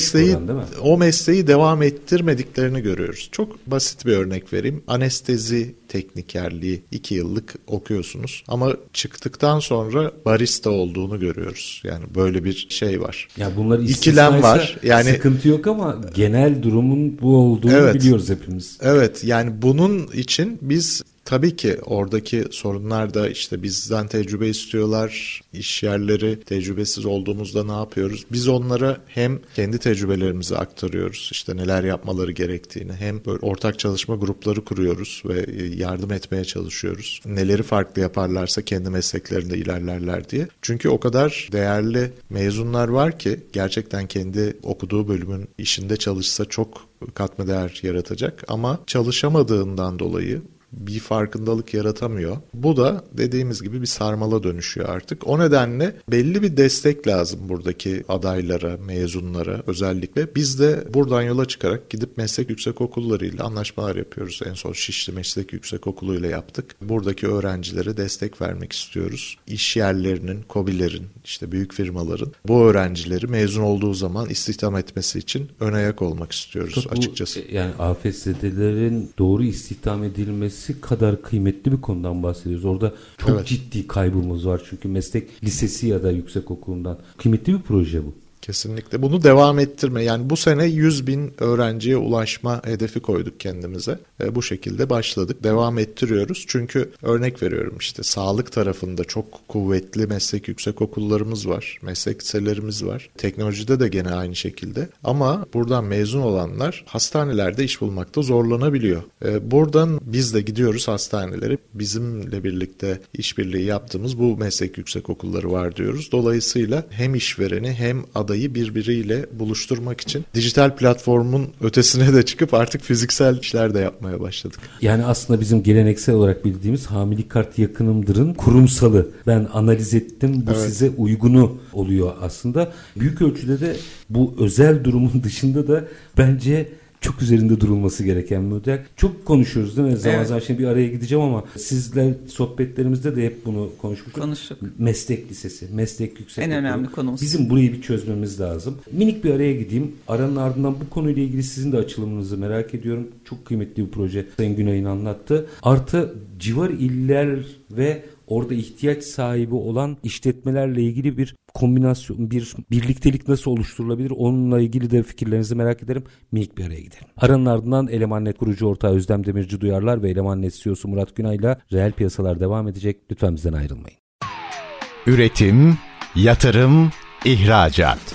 S5: o mesleği devam ettirmediklerini görüyoruz. Çok basit bir örnek vereyim. Anestezi teknikerliği 2 yıllık okuyorsunuz ama çıktıktan sonra barista olduğunu görüyoruz. Yani böyle bir şey var.
S3: Ya bunlar
S5: İkilem var. Yani
S3: sıkıntı yok ama genel durumun bu olduğunu biliyoruz hepimiz.
S5: Evet, yani bunun için biz tabii ki oradaki sorunlar da işte bizden tecrübe istiyorlar. İş yerleri tecrübesiz olduğumuzda ne yapıyoruz? Biz onlara hem kendi tecrübelerimizi aktarıyoruz. İşte neler yapmaları gerektiğini, hem böyle ortak çalışma grupları kuruyoruz ve yardım etmeye çalışıyoruz. Neleri farklı yaparlarsa kendi mesleklerinde ilerlerler diye. Çünkü o kadar değerli mezunlar var ki gerçekten kendi okuduğu bölümün işinde çalışsa çok katma değer yaratacak ama çalışamadığından dolayı bir farkındalık yaratamıyor. Bu da dediğimiz gibi bir sarmala dönüşüyor artık. O nedenle belli bir destek lazım buradaki adaylara, mezunlara özellikle. Biz de buradan yola çıkarak gidip meslek yüksekokullarıyla anlaşmalar yapıyoruz. En son Şişli Meslek Yüksekokulu ile yaptık. Buradaki öğrencilere destek vermek istiyoruz. İş yerlerinin, KOBİ'lerin, işte büyük firmaların bu öğrencileri mezun olduğu zaman istihdam etmesi için ön ayak olmak istiyoruz açıkçası.
S3: Yani AFS'lerin doğru istihdam edilmesi kadar kıymetli bir konudan bahsediyoruz. Orada çok ciddi kaybımız var. Çünkü meslek lisesi ya da yüksekokulundan kıymetli bir proje bu.
S5: Kesinlikle. Bunu devam ettirme. Yani bu sene 100.000 öğrenciye ulaşma hedefi koyduk kendimize. Bu şekilde başladık. Devam ettiriyoruz. Çünkü örnek veriyorum işte sağlık tarafında çok kuvvetli meslek yüksekokullarımız var. Meslek liselerimiz var. Teknolojide de gene aynı şekilde. Ama buradan mezun olanlar hastanelerde iş bulmakta zorlanabiliyor. Buradan biz de gidiyoruz hastanelere. Bizimle birlikte işbirliği yaptığımız bu meslek yüksekokulları var diyoruz. Dolayısıyla hem işvereni hem adayı birbiriyle buluşturmak için dijital platformun ötesine de çıkıp artık fiziksel işler de yapmaya başladık.
S3: Yani aslında bizim geleneksel olarak bildiğimiz hamilelik kart yakınımdırın kurumsalı. Ben analiz ettim, bu size uygunu oluyor aslında. Büyük ölçüde de bu özel durumun dışında da bence çok üzerinde durulması gereken bir model. Çok konuşuyoruz değil mi? Zaman zaman şimdi bir araya gideceğim ama sizler sohbetlerimizde de hep bunu konuştuk. Meslek lisesi, meslek yüksekokulu.
S4: En önemli konumuz.
S3: Bizim burayı bir çözmemiz lazım. Minik bir araya gideyim. Aranın ardından bu konuyla ilgili sizin de açılımınızı merak ediyorum. Çok kıymetli bir proje. Sayın Günay'ın anlattı. Artı civar iller ve orada ihtiyaç sahibi olan işletmelerle ilgili bir kombinasyon, bir birliktelik nasıl oluşturulabilir? Onunla ilgili de fikirlerinizi merak ederim. Minik bir araya gidelim. Aranın ardından Eleman.net kurucu ortağı Özlem Demirci Duyarlar ve Eleman.net CEO'su Murat Günay'la reel piyasalar devam edecek. Lütfen bizden ayrılmayın.
S1: Üretim, yatırım, ihracat.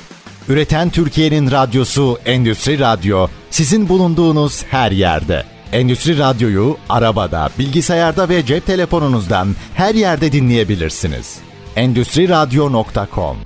S1: Üreten Türkiye'nin radyosu Endüstri Radyo sizin bulunduğunuz her yerde. Endüstri Radyo'yu arabada, bilgisayarda ve cep telefonunuzdan her yerde dinleyebilirsiniz. Endüstriradyo.com.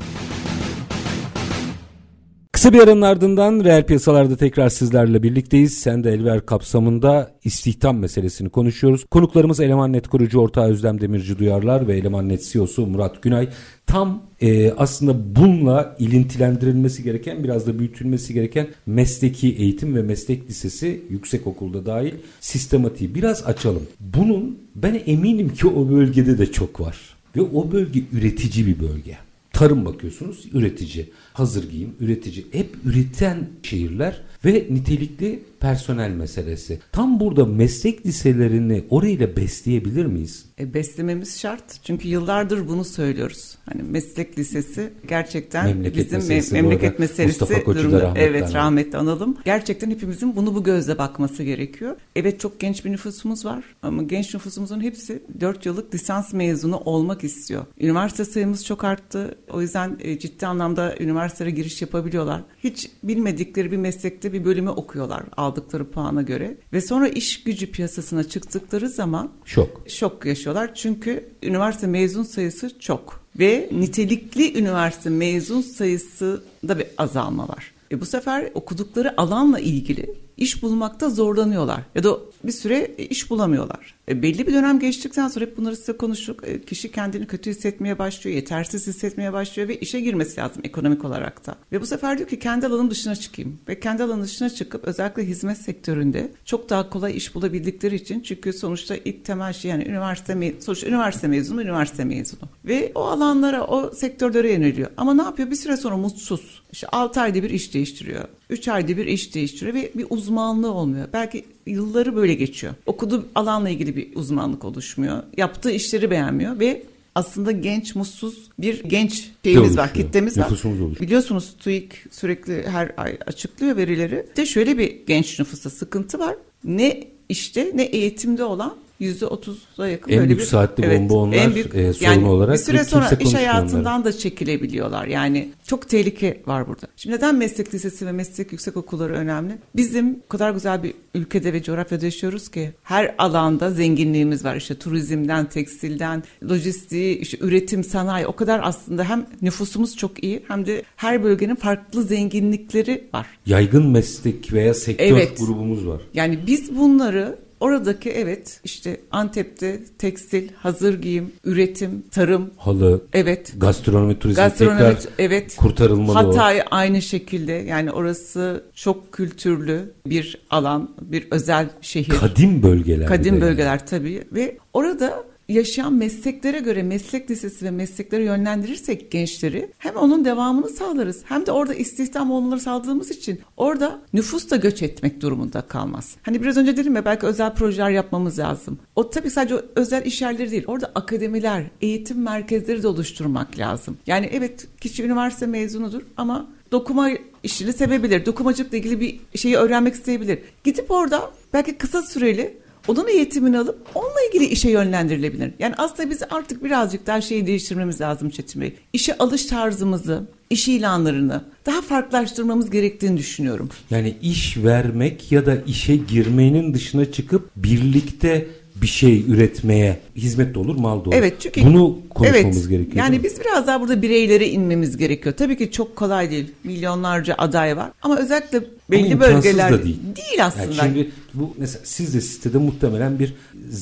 S3: Kısa bir aranın ardından reel piyasalarda tekrar sizlerle birlikteyiz. Sen de Elver kapsamında istihdam meselesini konuşuyoruz. Konuklarımız Eleman.net kurucu ortağı Özlem Demirci Duyarlar ve Eleman.net CEO'su Murat Günay. Tam aslında bununla ilintilendirilmesi gereken, biraz da büyütülmesi gereken mesleki eğitim ve meslek lisesi, yüksekokulda dahil sistematiği biraz açalım. Bunun ben eminim ki o bölgede de çok var. Ve o bölge üretici bir bölge. Tarım bakıyorsunuz, üretici. Hazır giyim, üretici. Hep üreten şehirler ve nitelikli personel meselesi. Tam burada meslek liselerini orayla besleyebilir miyiz?
S4: Beslememiz şart. Çünkü yıllardır bunu söylüyoruz. Hani meslek lisesi gerçekten
S3: memleket
S4: bizim
S3: meselesi,
S4: memleket meselesi durumda. Evet,
S3: rahmetli
S4: analım. Gerçekten hepimizin bu gözle bakması gerekiyor. Evet, çok genç bir nüfusumuz var ama genç nüfusumuzun hepsi 4 yıllık lisans mezunu olmak istiyor. Üniversite sayımız çok arttı. O yüzden ciddi anlamda üniversitelere giriş yapabiliyorlar. Hiç bilmedikleri bir meslekte bir bölümü okuyorlar aldıkları puana göre ve sonra iş gücü piyasasına çıktıkları zaman şok yaşıyorlar. Çünkü üniversite mezun sayısı çok ve nitelikli üniversite mezun sayısında bir azalma var. Bu sefer okudukları alanla ilgili iş bulmakta zorlanıyorlar ya da bir süre iş bulamıyorlar. Belli bir dönem geçtikten sonra hep bunları size konuştuk. Kişi kendini kötü hissetmeye başlıyor, yetersiz hissetmeye başlıyor ve işe girmesi lazım ekonomik olarak da. Ve bu sefer diyor ki kendi alanım dışına çıkayım. Ve kendi alanı dışına çıkıp özellikle hizmet sektöründe çok daha kolay iş bulabildikleri için, çünkü sonuçta ilk temel şey yani üniversite mezunu. Ve o alanlara, o sektörlere yöneliyor. Ama ne yapıyor? Bir süre sonra mutsuz. İşte 6 ayda bir iş değiştiriyor. 3 ayda bir iş değiştiriyor ve bir uzmanlığı olmuyor. Belki yılları böyle geçiyor. Okuduğu alanla ilgili bir uzmanlık oluşmuyor. Yaptığı işleri beğenmiyor ve aslında genç, mutsuz bir genç şeyimiz var, kitlemiz var. Biliyorsunuz TÜİK sürekli her ay açıklıyor verileri. De şöyle bir genç nüfusta sıkıntı var. Ne işte ne eğitimde olan %30'a yakın
S3: en
S4: böyle
S3: büyük
S4: bir
S3: saatli bomba onlar sorun
S4: yani
S3: olarak.
S4: Bir süre sonra iş hayatından da çekilebiliyorlar. Yani çok tehlike var burada. Şimdi neden meslek lisesi ve meslek yüksekokulları önemli? Bizim o kadar güzel bir ülkede ve coğrafyada yaşıyoruz ki her alanda zenginliğimiz var. İşte turizmden, tekstilden, lojistiği, işte üretim, sanayi, o kadar aslında hem nüfusumuz çok iyi hem de her bölgenin farklı zenginlikleri var.
S3: Yaygın meslek veya sektör grubumuz var.
S4: Yani biz bunları oradaki işte Antep'te tekstil, hazır giyim, üretim, tarım,
S3: halı, gastronomi, turizm tekrar kurtarılmalı.
S4: Hatay aynı şekilde, yani orası çok kültürlü bir alan, bir özel şehir.
S3: Kadim bölgeler
S4: tabii ve orada yaşayan mesleklere göre meslek lisesi ve mesleklere yönlendirirsek gençleri hem onun devamını sağlarız hem de orada istihdam olmaları sağladığımız için orada nüfus da göç etmek durumunda kalmaz. Hani biraz önce dedim ya, belki özel projeler yapmamız lazım. O tabii sadece özel iş yerleri değil, orada akademiler, eğitim merkezleri de oluşturmak lazım. Yani kişi üniversite mezunudur ama dokuma işini sevebilir. Dokumacılıkla ilgili bir şeyi öğrenmek isteyebilir. Gidip orada belki kısa süreli onun eğitimini alıp onunla ilgili işe yönlendirilebilir. Yani aslında biz artık birazcık daha şeyi değiştirmemiz lazım Çetin Bey. İşe alış tarzımızı, iş ilanlarını daha farklılaştırmamız gerektiğini düşünüyorum.
S3: Yani iş vermek ya da işe girmenin dışına çıkıp birlikte bir şey üretmeye, hizmet de olur, mal da olur.
S4: Evet, çünkü
S3: bunu konuşmamız gerekiyor.
S4: Yani biz biraz daha burada bireylere inmemiz gerekiyor. Tabii ki çok kolay değil. Milyonlarca aday var. Ama özellikle belli bölgeler değil aslında.
S3: Yani şimdi bu mesela siz de sitede muhtemelen bir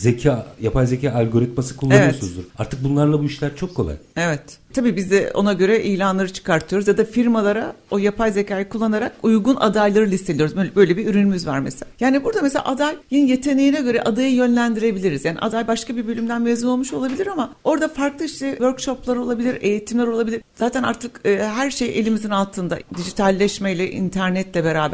S3: yapay zeka algoritması kullanıyorsunuzdur. Evet. Artık bunlarla bu işler çok kolay.
S4: Evet. Tabii biz de ona göre ilanları çıkartıyoruz ya da firmalara o yapay zekayı kullanarak uygun adayları listeliyoruz. Böyle bir ürünümüz var mesela. Yani burada mesela adayın yeteneğine göre adayı yönlendirebiliriz. Yani aday başka bir bölümden mezun olmuş olabilir ama orada farklı workshoplar olabilir, eğitimler olabilir. Zaten artık her şey elimizin altında. Dijitalleşmeyle, internetle beraber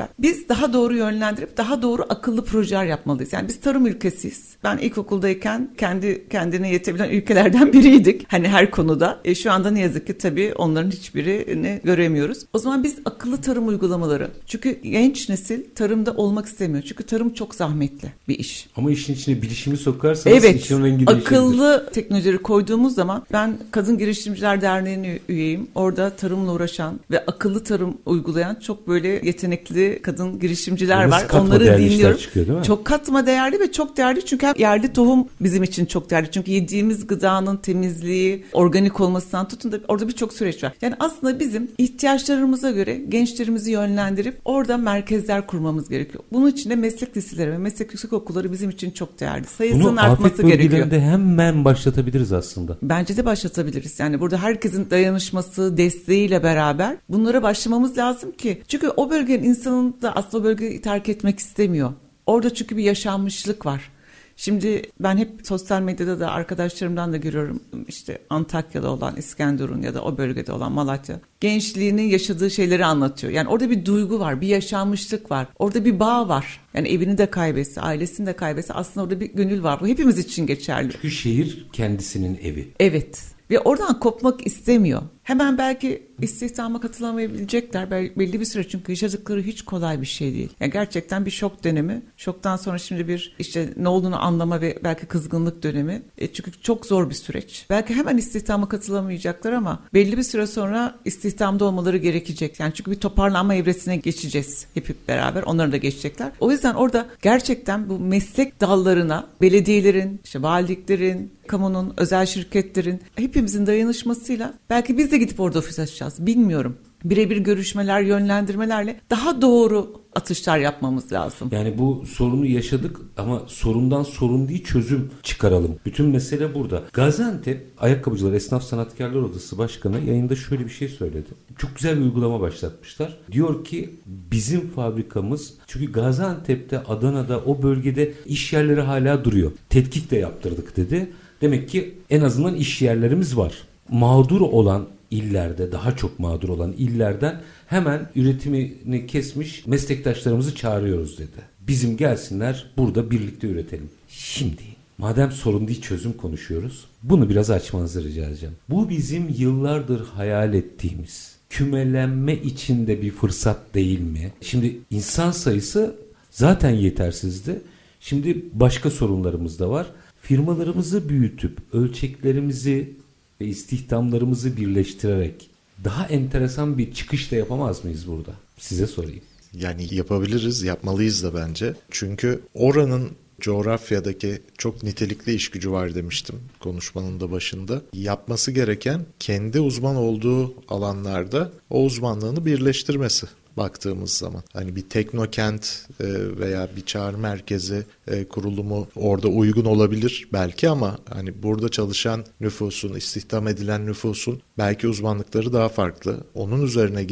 S4: beraber biz daha doğru yönlendirip daha doğru akıllı projeler yapmalıyız. Yani biz tarım ülkesiyiz. Ben ilkokuldayken kendine yetebilen ülkelerden biriydik. Hani her konuda. Şu anda ne yazık ki tabii onların hiçbirini göremiyoruz. O zaman biz akıllı tarım uygulamaları. Çünkü genç nesil tarımda olmak istemiyor. Çünkü tarım çok zahmetli bir iş.
S3: Ama işin içine bilişimi sokarsanız işin rengi değişebilir.
S4: Akıllı teknolojileri koyduğumuz zaman ben Kadın Girişimciler Derneği'ne üyeyim. Orada tarımla uğraşan ve akıllı tarım uygulayan çok böyle yetenekli kadın girişimciler var. Onları dinliyorum.
S3: Çıkıyor,
S4: çok katma değerli ve çok değerli çünkü yerli tohum bizim için çok değerli. Çünkü yediğimiz gıdanın temizliği, organik olmasından tutun da orada birçok süreç var. Yani aslında bizim ihtiyaçlarımıza göre gençlerimizi yönlendirip orada merkezler kurmamız gerekiyor. Bunun için de meslek liseleri ve meslek yüksek okulları bizim için çok değerli. Sayısının artması gerekiyor. Bunu afet
S3: bölgelerinde hemen başlatabiliriz aslında.
S4: Bence de başlatabiliriz. Yani burada herkesin dayanışması, desteğiyle beraber bunlara başlamamız lazım ki. Çünkü o bölgenin insanın da aslında o bölgeyi terk etmek istemiyor. Orada çünkü bir yaşanmışlık var. Şimdi ben hep sosyal medyada da arkadaşlarımdan da görüyorum, işte Antakya'da olan, İskenderun ya da o bölgede olan Malatya gençliğinin yaşadığı şeyleri anlatıyor. Yani orada bir duygu var, bir yaşanmışlık var, orada bir bağ var. Yani evini de kaybetse, ailesini de kaybetse aslında orada bir gönül var. Bu hepimiz için geçerli.
S3: Çünkü şehir kendisinin evi.
S4: Evet. Ve oradan kopmak istemiyor. Hemen belki istihdama katılamayabilecekler belli bir süre, çünkü yaşadıkları hiç kolay bir şey değil. Yani gerçekten bir şok dönemi. Şoktan sonra şimdi bir işte ne olduğunu anlama ve belki kızgınlık dönemi. Çünkü çok zor bir süreç. Belki hemen istihdama katılamayacaklar ama belli bir süre sonra istihdamda olmaları gerekecek. Yani çünkü bir toparlanma evresine geçeceğiz hep beraber. Onları da geçecekler. O yüzden orada gerçekten bu meslek dallarına belediyelerin, işte valiliklerin, kamunun, özel şirketlerin, hepimizin dayanışmasıyla belki biz de gidip orada ofis açacağız. Bilmiyorum. Birebir görüşmeler, yönlendirmelerle daha doğru atışlar yapmamız lazım.
S3: Yani bu sorunu yaşadık ama sorundan sorun değil, çözüm çıkaralım. Bütün mesele burada. Gaziantep Ayakkabıcılar Esnaf Sanatkarlar Odası Başkanı yayında şöyle bir şey söyledi. Çok güzel bir uygulama başlatmışlar. Diyor ki bizim fabrikamız, çünkü Gaziantep'te, Adana'da, o bölgede iş yerleri hala duruyor. Tetkik de yaptırdık dedi. Demek ki en azından iş yerlerimiz var. Mağdur olan illerde, daha çok mağdur olan illerden hemen üretimini kesmiş meslektaşlarımızı çağırıyoruz dedi. Bizim gelsinler, burada birlikte üretelim. Şimdi madem sorun değil çözüm konuşuyoruz, bunu biraz açmanızı rica edeceğim. Bu bizim yıllardır hayal ettiğimiz kümelenme içinde bir fırsat değil mi? Şimdi insan sayısı zaten yetersizdi. Şimdi başka sorunlarımız da var. Firmalarımızı büyütüp ölçeklerimizi ve istihdamlarımızı birleştirerek daha enteresan bir çıkış da yapamaz mıyız burada? Size sorayım.
S5: Yani yapabiliriz, yapmalıyız da bence. Çünkü oranın coğrafyadaki çok nitelikli iş gücü var demiştim konuşmanın da başında. Yapması gereken kendi uzman olduğu alanlarda o uzmanlığını birleştirmesi. Baktığımız zaman hani bir teknokent veya bir çağrı merkezi kurulumu orada uygun olabilir belki, ama hani burada çalışan nüfusun, istihdam edilen nüfusun belki uzmanlıkları daha farklı. Onun üzerine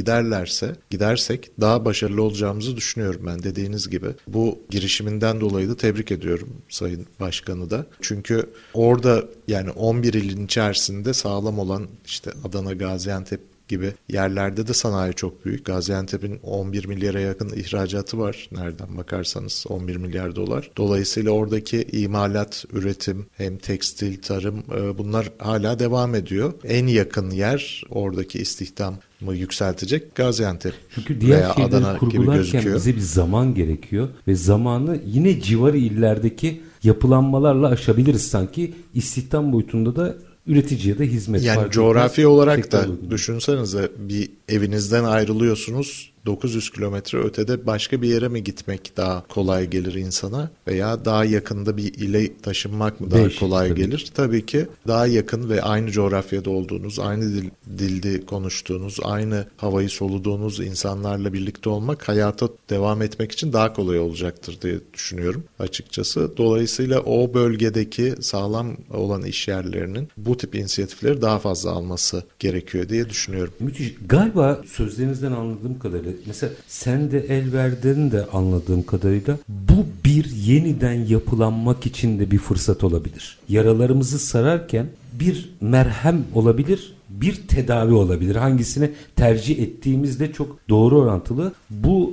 S5: gidersek daha başarılı olacağımızı düşünüyorum ben, dediğiniz gibi. Bu girişiminden dolayı da tebrik ediyorum Sayın Başkanı da. Çünkü orada yani 11 ilin içerisinde sağlam olan işte Adana, Gaziantep gibi yerlerde de sanayi çok büyük. Gaziantep'in 11 milyara yakın ihracatı var. Nereden bakarsanız 11 milyar dolar. Dolayısıyla oradaki imalat, üretim, hem tekstil, tarım, bunlar hala devam ediyor. En yakın yer oradaki istihdamı yükseltecek Gaziantep.
S3: Çünkü diğer
S5: veya Adana gibi gözüküyor.
S3: Bize bir zaman gerekiyor ve zamanı yine civarı illerdeki yapılanmalarla aşabiliriz sanki. İstihdam boyutunda da üreticiye de hizmet.
S5: Yani coğrafi olarak da düşünsenize, bir evinizden ayrılıyorsunuz, 900 kilometre ötede başka bir yere mi gitmek daha kolay gelir insana, veya daha yakında bir ile taşınmak mı daha kolay gelir? Tabii ki daha yakın ve aynı coğrafyada olduğunuz, aynı dilde konuştuğunuz, aynı havayı soluduğunuz insanlarla birlikte olmak hayata devam etmek için daha kolay olacaktır diye düşünüyorum açıkçası. Dolayısıyla o bölgedeki sağlam olan iş yerlerinin bu tip inisiyatifleri daha fazla alması gerekiyor diye düşünüyorum.
S3: Müthiş. Galiba sözlerinizden anladığım kadarıyla, mesela sen de el verdin de anladığım kadarıyla, bu bir yeniden yapılanmak için de bir fırsat olabilir. Yaralarımızı sararken bir merhem olabilir, bir tedavi olabilir. Hangisini tercih ettiğimizde çok doğru orantılı. Bu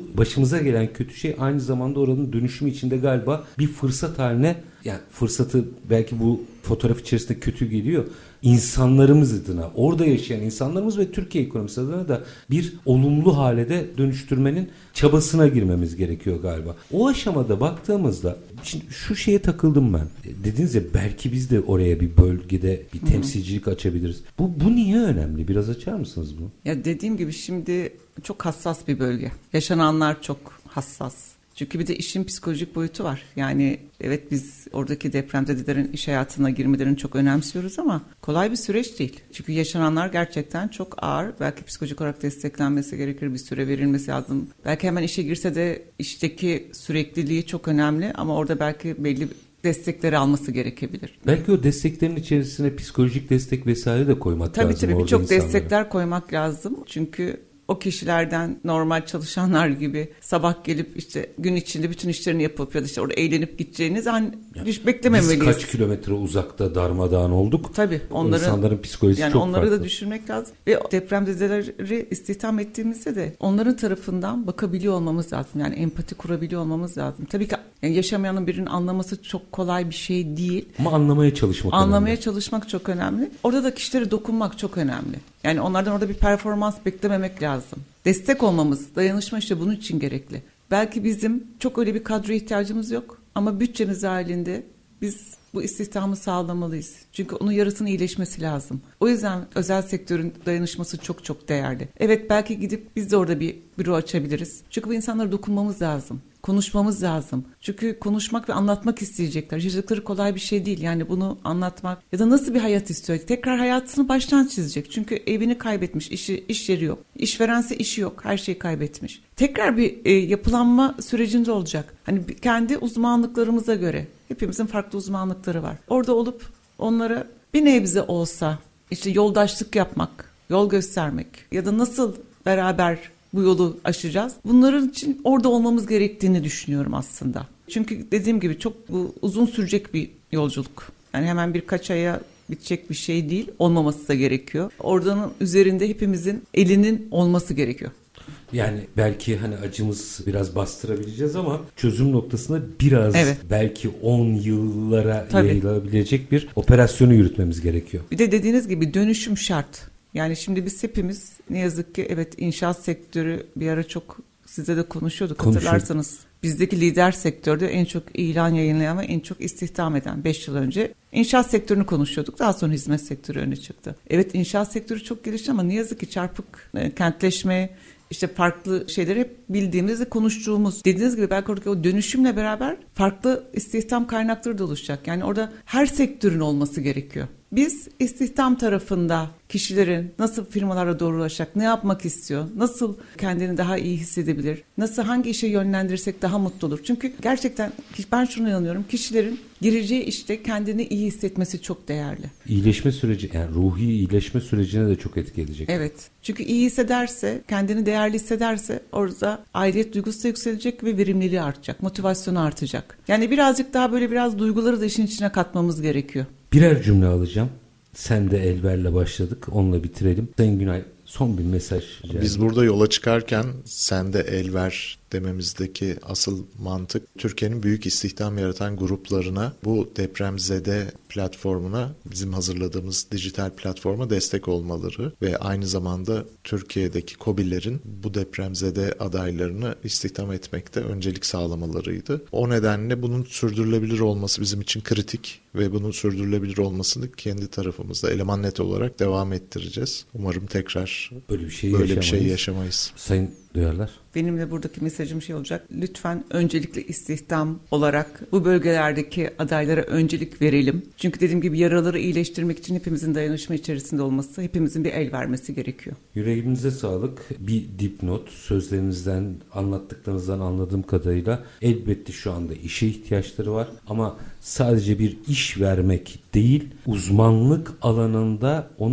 S3: başımıza gelen kötü şey aynı zamanda oranın dönüşümü içinde galiba bir fırsat haline, yani fırsatı belki bu fotoğraf içerisinde kötü geliyor. İnsanlarımız adına, orada yaşayan insanlarımız ve Türkiye ekonomisi adına da bir olumlu hale de dönüştürmenin çabasına girmemiz gerekiyor galiba. O aşamada baktığımızda şimdi şu şeye takıldım ben. Dediniz ya, belki biz de oraya bir bölgede bir temsilcilik açabiliriz. Bu niye önemli? Biraz açar mısınız bunu?
S4: Ya dediğim gibi şimdi çok hassas bir bölge. Yaşananlar çok hassas. Çünkü bir de işin psikolojik boyutu var. Yani evet, biz oradaki depremzedelerin iş hayatına girmelerini çok önemsiyoruz ama kolay bir süreç değil. Çünkü yaşananlar gerçekten çok ağır. Belki psikolojik olarak desteklenmesi gerekir, bir süre verilmesi lazım. Belki hemen işe girse de işteki sürekliliği çok önemli ama orada belki belli destekleri alması gerekebilir.
S3: Belki o desteklerin içerisine psikolojik destek vesaire de koymak lazım.
S4: Tabii birçok destekler koymak lazım. Çünkü o kişilerden normal çalışanlar gibi sabah gelip işte gün içinde bütün işlerini yapıp ya da işte orada eğlenip gideceğiniz hiç beklememeliyiz.
S3: Biz kaç kilometre uzakta darmadağın olduk.
S4: Tabii
S3: insanların psikolojisi
S4: yani
S3: çok
S4: onları
S3: farklı.
S4: Da düşünmek lazım. Ve depremzedeleri istihdam ettiğimizde de onların tarafından bakabiliyor olmamız lazım. Yani empati kurabiliyor olmamız lazım. Tabii ki yani yaşamayanın birinin anlaması çok kolay bir şey değil.
S3: Ama anlamaya çalışmak önemli.
S4: Çalışmak çok önemli. Orada da kişilere dokunmak çok önemli. Yani onlardan orada bir performans beklememek lazım. Destek olmamız, dayanışma işte bunun için gerekli. Belki bizim çok öyle bir kadroya ihtiyacımız yok ama bütçemiz halinde biz bu istihdamı sağlamalıyız. Çünkü onun yarısının iyileşmesi lazım. O yüzden özel sektörün dayanışması çok çok değerli. Evet, belki gidip biz de orada bir büro açabiliriz. Çünkü bu insanlara dokunmamız lazım. Konuşmamız lazım. Çünkü konuşmak ve anlatmak isteyecekler. Yaşadıkları kolay bir şey değil. Yani bunu anlatmak ya da nasıl bir hayat istiyor. Tekrar hayatını baştan çizecek. Çünkü evini kaybetmiş, iş yeri yok. İşverense işi yok. Her şeyi kaybetmiş. Tekrar bir yapılanma sürecinde olacak. Hani kendi uzmanlıklarımıza göre. Hepimizin farklı uzmanlıkları var. Orada olup onlara bir nebze olsa işte yoldaşlık yapmak, yol göstermek ya da nasıl beraber bu yolu aşacağız. Bunların için orada olmamız gerektiğini düşünüyorum aslında. Çünkü dediğim gibi çok uzun sürecek bir yolculuk. Yani hemen birkaç aya bitecek bir şey değil. Olmaması da gerekiyor. Oradanın üzerinde hepimizin elinin olması gerekiyor.
S3: Yani belki hani acımız biraz bastırabileceğiz ama çözüm noktasında biraz belki 10 yıllara yayılabilecek bir operasyonu yürütmemiz gerekiyor.
S4: Bir de dediğiniz gibi dönüşüm şart. Yani şimdi biz hepimiz ne yazık ki evet, inşaat sektörü bir ara çok size de konuşuyorduk. Hatırlarsanız bizdeki lider sektörde en çok ilan yayınlayan ve en çok istihdam eden 5 yıl önce inşaat sektörünü konuşuyorduk. Daha sonra hizmet sektörü öne çıktı. Evet, inşaat sektörü çok gelişti ama ne yazık ki çarpık kentleşme, işte farklı şeyleri hep bildiğimiz ve konuştuğumuz. Dediğiniz gibi belki oradaki o dönüşümle beraber farklı istihdam kaynakları da oluşacak. Yani orada her sektörün olması gerekiyor. Biz istihdam tarafında kişilerin nasıl firmalara doğru ulaşacak, ne yapmak istiyor, nasıl kendini daha iyi hissedebilir, nasıl hangi işe yönlendirirsek daha mutlu olur. Çünkü gerçekten ben şuna inanıyorum, kişilerin gireceği işte kendini iyi hissetmesi çok değerli.
S3: İyileşme süreci, yani ruhi iyileşme sürecine de çok etki edecek.
S4: Evet. Çünkü iyi hissederse, kendini değerli hissederse orada aidiyet duygusu da yükselecek ve verimliliği artacak, motivasyonu artacak. Yani birazcık daha böyle biraz duyguları da işin içine katmamız gerekiyor.
S3: Birer cümle alacağım. Sen de Elver'le başladık. Onunla bitirelim. Sayın Günay, son bir mesaj.
S5: Biz burada yola çıkarken sen de Elver dememizdeki asıl mantık Türkiye'nin büyük istihdam yaratan gruplarına, bu depremzede platformuna, bizim hazırladığımız dijital platforma destek olmaları ve aynı zamanda Türkiye'deki KOBİ'lerin bu depremzede adaylarını istihdam etmekte öncelik sağlamalarıydı. O nedenle bunun sürdürülebilir olması bizim için kritik ve bunun sürdürülebilir olmasını kendi tarafımızda Eleman.net olarak devam ettireceğiz. Umarım tekrar böyle bir şey yaşamayız.
S3: Sayın Duyarlar.
S4: Benim de buradaki mesajım şey olacak. Lütfen öncelikle istihdam olarak bu bölgelerdeki adaylara öncelik verelim. Çünkü dediğim gibi yaraları iyileştirmek için hepimizin dayanışma içerisinde olması, hepimizin bir el vermesi gerekiyor.
S3: Yüreğinize sağlık. Bir dipnot, sözlerinizden, anlattıklarınızdan anladığım kadarıyla elbette şu anda işe ihtiyaçları var ama sadece bir iş vermek değil, uzmanlık alanında onu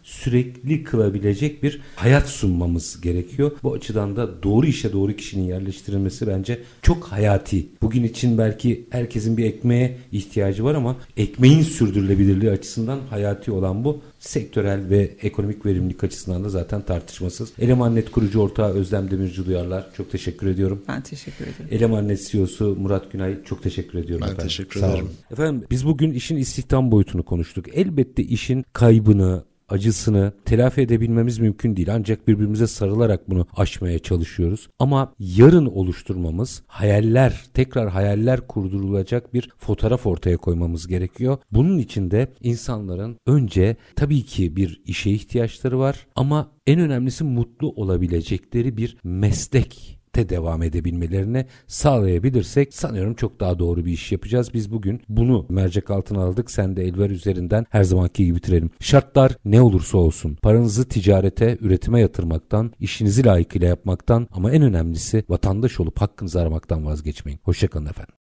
S3: sürekli kılabilecek bir hayat sunmamız gerekiyor. Bu açıdan da doğru işe doğru kişinin yerleştirilmesi bence çok hayati. Bugün için belki herkesin bir ekmeğe ihtiyacı var ama ekmeğin sürdürülebilirliği açısından hayati olan bu. Sektörel ve ekonomik verimlilik açısından da zaten tartışmasız. Elemannet kurucu ortağı Özlem Demirci Duyarlar, çok teşekkür ediyorum.
S4: Ben teşekkür ederim.
S3: Elemannet CEO'su Murat Günay, çok teşekkür ediyorum.
S5: Ben
S3: efendim.
S5: teşekkür
S3: Sağ
S5: ederim.
S3: olun. Efendim biz bugün işin istihdam boyutunu konuştuk. Elbette işin kaybını, acısını telafi edebilmemiz mümkün değil. Ancak birbirimize sarılarak bunu aşmaya çalışıyoruz. Ama yarın oluşturmamız, tekrar hayaller kurdurulacak bir fotoğraf ortaya koymamız gerekiyor. Bunun için de insanların önce tabii ki bir işe ihtiyaçları var ama en önemlisi mutlu olabilecekleri bir meslek devam edebilmelerini sağlayabilirsek sanıyorum çok daha doğru bir iş yapacağız. Biz bugün bunu mercek altına aldık. Sen de Elver üzerinden her zamanki gibi bitirelim. Şartlar ne olursa olsun paranızı ticarete, üretime yatırmaktan, işinizi layıkıyla yapmaktan ama en önemlisi vatandaş olup hakkınızı aramaktan vazgeçmeyin. Hoşça kalın efendim.